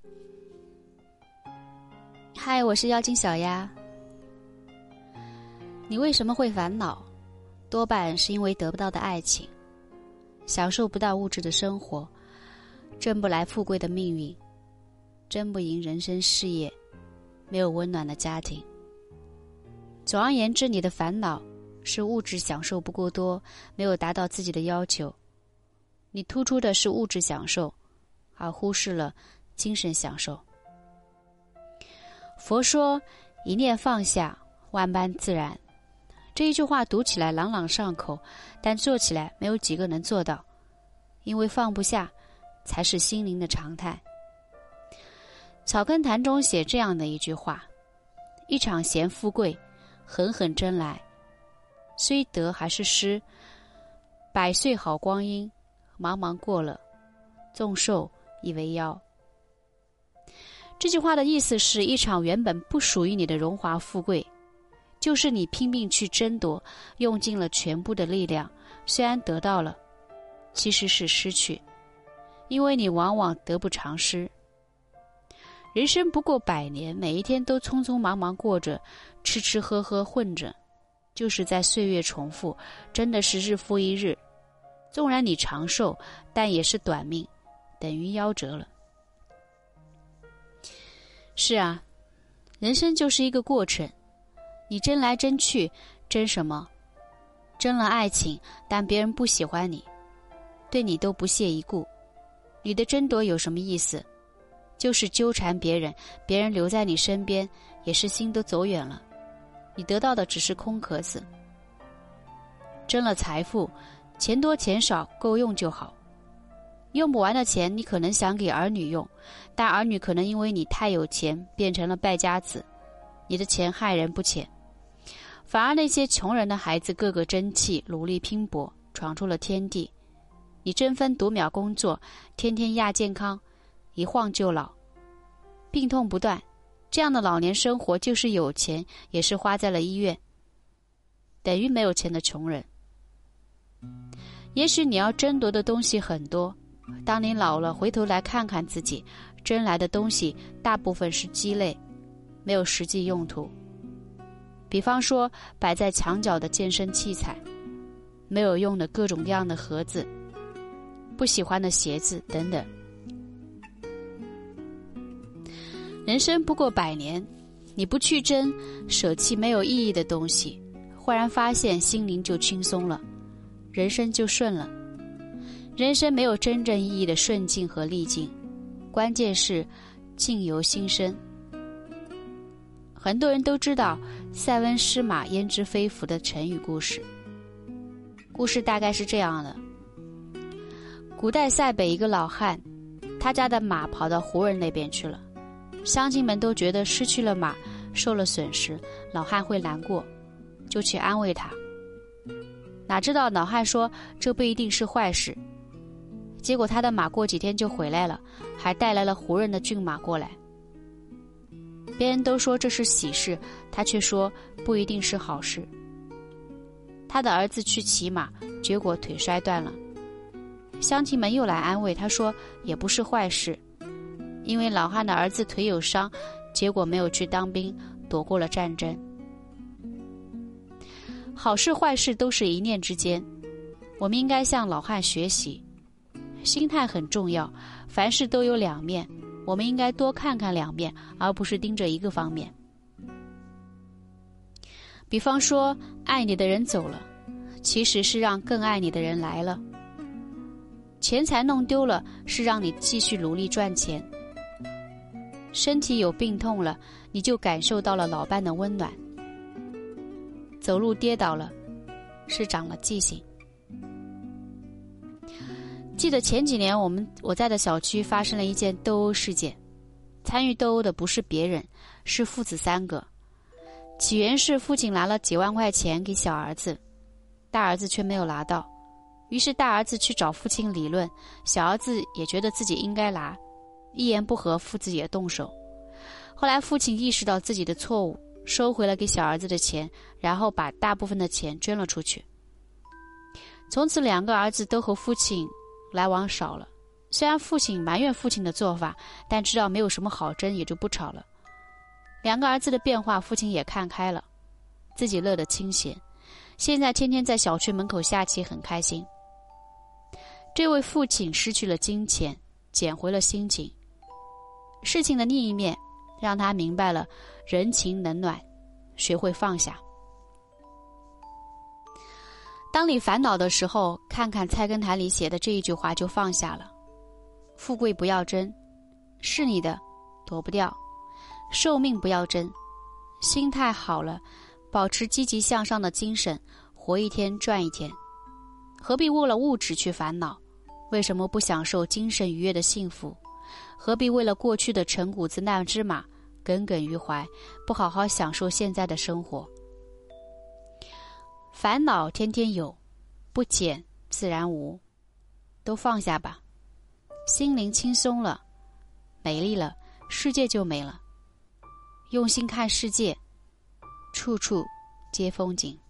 嗨，我是妖精小鸭。你为什么会烦恼？多半是因为得不到的爱情，享受不到物质的生活，挣不来富贵的命运，争不赢人生事业，没有温暖的家庭。总而言之，你的烦恼是物质享受不够多，没有达到自己的要求。你突出的是物质享受，而忽视了精神享受。佛说一念放下，万般自然。这一句话读起来朗朗上口，但做起来没有几个能做到，因为放不下才是心灵的常态。草根谭中写这样的一句话：一场闲富贵，狠狠争来，虽得还是失，百岁好光阴，茫茫过了，纵寿亦为妖。这句话的意思是，一场原本不属于你的荣华富贵，就是你拼命去争夺，用尽了全部的力量，虽然得到了，其实是失去，因为你往往得不偿失。人生不过100年，每一天都匆匆忙忙过着，吃吃喝喝混着，就是在岁月重复，真的是日复一日。纵然你长寿，但也是短命，等于夭折了。是啊，人生就是一个过程，你争来争去，争什么？争了爱情，但别人不喜欢你，对你都不屑一顾，你的争夺有什么意思？就是纠缠别人，别人留在你身边，也是心都走远了，你得到的只是空壳子。争了财富，钱多钱少够用就好，用不完的钱你可能想给儿女用，但儿女可能因为你太有钱变成了败家子，你的钱害人不浅。反而那些穷人的孩子个个争气，努力拼搏，闯出了天地，你争分夺秒工作，天天亚健康，一晃就老，病痛不断，这样的老年生活就是有钱也是花在了医院，等于没有钱的穷人。也许你要争夺的东西很多，当你老了回头来看看自己，争来的东西大部分是鸡肋，没有实际用途。比方说摆在墙角的健身器材，没有用的各种各样的盒子，不喜欢的鞋子等等。人生不过100年，你不去争，舍弃没有意义的东西，忽然发现心灵就轻松了，人生就顺了。人生没有真正意义的顺境和逆境，关键是境由心生。很多人都知道塞翁失马焉知非福的成语故事，故事大概是这样的：古代塞北一个老汉，他家的马跑到胡人那边去了，乡亲们都觉得失去了马，受了损失，老汉会难过，就去安慰他。哪知道老汉说这不一定是坏事，结果他的马过几天就回来了，还带来了胡人的骏马过来。别人都说这是喜事，他却说不一定是好事。他的儿子去骑马，结果腿摔断了，乡亲们又来安慰他，说也不是坏事，因为老汉的儿子腿有伤，结果没有去当兵，躲过了战争。好事坏事都是一念之间，我们应该向老汉学习，心态很重要，凡事都有两面，我们应该多看看两面，而不是盯着一个方面。比方说，爱你的人走了，其实是让更爱你的人来了。钱财弄丢了，是让你继续努力赚钱。身体有病痛了，你就感受到了老伴的温暖。走路跌倒了，是长了记性。记得前几年我在的小区发生了一件斗殴事件，参与斗殴的不是别人，是父子3个。起源是父亲拿了几万块钱给小儿子，大儿子却没有拿到，于是大儿子去找父亲理论，小儿子也觉得自己应该拿，一言不合父子也动手。后来父亲意识到自己的错误，收回了给小儿子的钱，然后把大部分的钱捐了出去。从此2个儿子都和父亲来往少了， 虽然父亲埋怨父亲的做法，但知道没有什么好争，也就不吵了。两个儿子的变化，父亲也看开了，自己乐得清闲，现在天天在小区门口下棋，很开心。这位父亲失去了金钱，捡回了心情。事情的另一面让他明白了人情冷暖，学会放下。当你烦恼的时候，看看菜根谭里写的这一句话就放下了。富贵不要争，是你的躲不掉；寿命不要争，心态好了，保持积极向上的精神，活一天赚一天。何必为了物质去烦恼？为什么不享受精神愉悦的幸福？何必为了过去的陈谷子烂芝麻耿耿于怀，不好好享受现在的生活？烦恼天天有，不减自然无，都放下吧。心灵轻松了，美丽了，世界就美了。用心看世界，处处皆风景。